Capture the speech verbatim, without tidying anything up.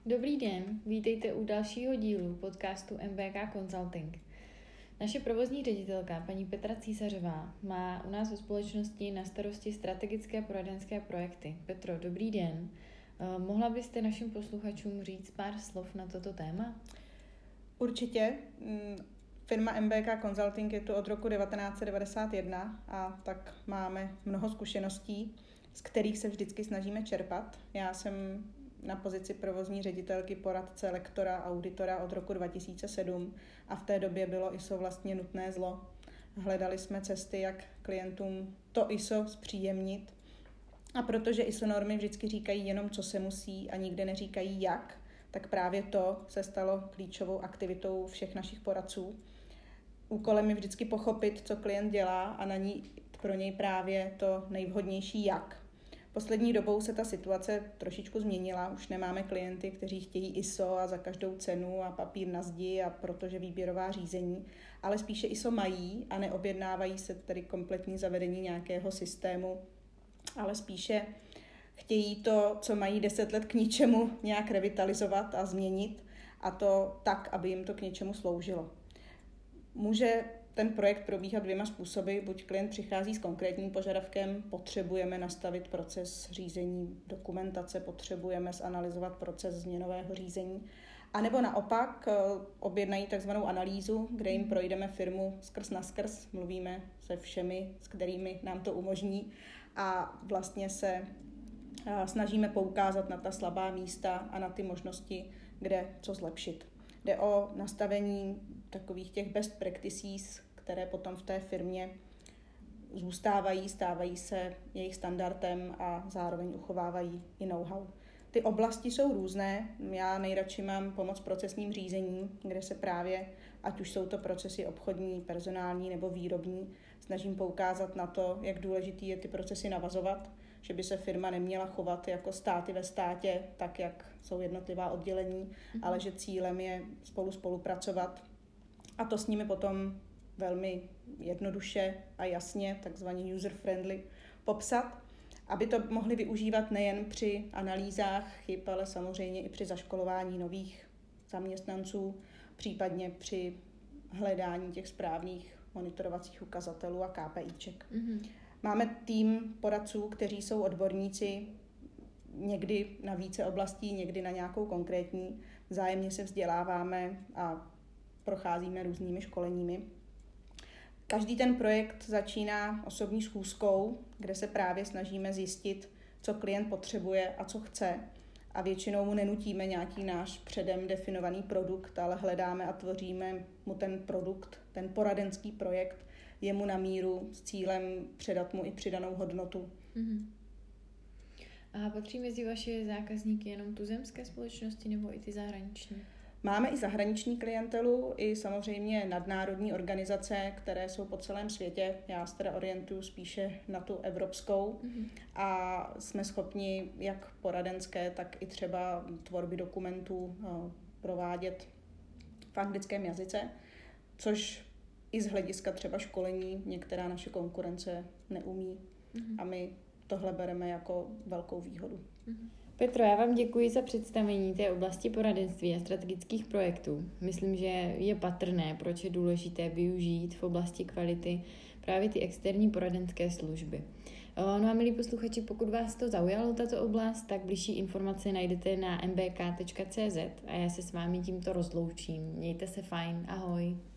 Dobrý den, vítejte u dalšího dílu podcastu M B K Consulting. Naše provozní ředitelka, paní Petra Císařová, má u nás ve společnosti na starosti strategické poradenské projekty. Petro, dobrý den. Mohla byste našim posluchačům říct pár slov na toto téma? Určitě. Firma M B K Consulting je tu od roku devatenáct set devadesát jedna a tak máme mnoho zkušeností, z kterých se vždycky snažíme čerpat. Já jsem na pozici provozní ředitelky, poradce, lektora, auditora od roku dva tisíce sedm a v té době bylo I S O vlastně nutné zlo. Hledali jsme cesty, jak klientům to I S O zpříjemnit. A protože I S O normy vždycky říkají jenom, co se musí a nikdy neříkají jak, tak právě to se stalo klíčovou aktivitou všech našich poradců. Úkolem je vždycky pochopit, co klient dělá a na ní pro něj právě to nejvhodnější jak. Poslední dobou se ta situace trošičku změnila. Už nemáme klienty, kteří chtějí I S O a za každou cenu a papír na zdi a protože výběrová řízení, ale spíše I S O mají a neobjednávají se tedy kompletní zavedení nějakého systému, ale spíše chtějí to, co mají deset let k ničemu, nějak revitalizovat a změnit a to tak, aby jim to k něčemu sloužilo. Může ten projekt probíhat dvěma způsoby. Buď klient přichází s konkrétním požadavkem, potřebujeme nastavit proces řízení dokumentace, potřebujeme zanalyzovat proces změnového řízení, anebo naopak objednají takzvanou analýzu, kde jim projdeme firmu skrz na skrz, mluvíme se všemi, s kterými nám to umožní a vlastně se snažíme poukázat na ta slabá místa a na ty možnosti, kde co zlepšit. Jde o nastavení takových těch best practices, které potom v té firmě zůstávají, stávají se jejich standardem a zároveň uchovávají i know-how. Ty oblasti jsou různé. Já nejradši mám pomoc procesním řízením, kde se právě, ať už jsou to procesy obchodní, personální nebo výrobní, snažím poukázat na to, jak důležitý je ty procesy navazovat, že by se firma neměla chovat jako státy ve státě, tak jak jsou jednotlivá oddělení, mm-hmm. ale že cílem je spolu spolupracovat a to s nimi potom velmi jednoduše a jasně, takzvaně user-friendly, popsat, aby to mohli využívat nejen při analýzách chyb, ale samozřejmě i při zaškolování nových zaměstnanců, případně při hledání těch správných monitorovacích ukazatelů a KPIček. Mm-hmm. Máme tým poradců, kteří jsou odborníci někdy na více oblastí, někdy na nějakou konkrétní. Vzájemně se vzděláváme a procházíme různými školeními. Každý ten projekt začíná osobní schůzkou, kde se právě snažíme zjistit, co klient potřebuje a co chce. A většinou mu nenutíme nějaký náš předem definovaný produkt, ale hledáme a tvoříme mu ten produkt, ten poradenský projekt, jemu na míru s cílem předat mu i přidanou hodnotu. Mm-hmm. A patří mezi vaše zákazníky jenom tuzemské společnosti nebo i ty zahraniční? Máme i zahraniční klientelu, i samozřejmě nadnárodní organizace, které jsou po celém světě. Já se teda orientuju spíše na tu evropskou mm-hmm. a jsme schopni jak poradenské, tak i třeba tvorby dokumentů provádět v anglickém jazyce, což i z hlediska třeba školení některá naše konkurence neumí mm-hmm. a my tohle bereme jako velkou výhodu. Mm-hmm. Petro, já vám děkuji za představení té oblasti poradenství a strategických projektů. Myslím, že je patrné, proč je důležité využít v oblasti kvality právě ty externí poradenské služby. No a milí posluchači, pokud vás to zaujalo, tato oblast, tak bližší informace najdete na m b k tečka c z a já se s vámi tímto rozloučím. Mějte se fajn, ahoj.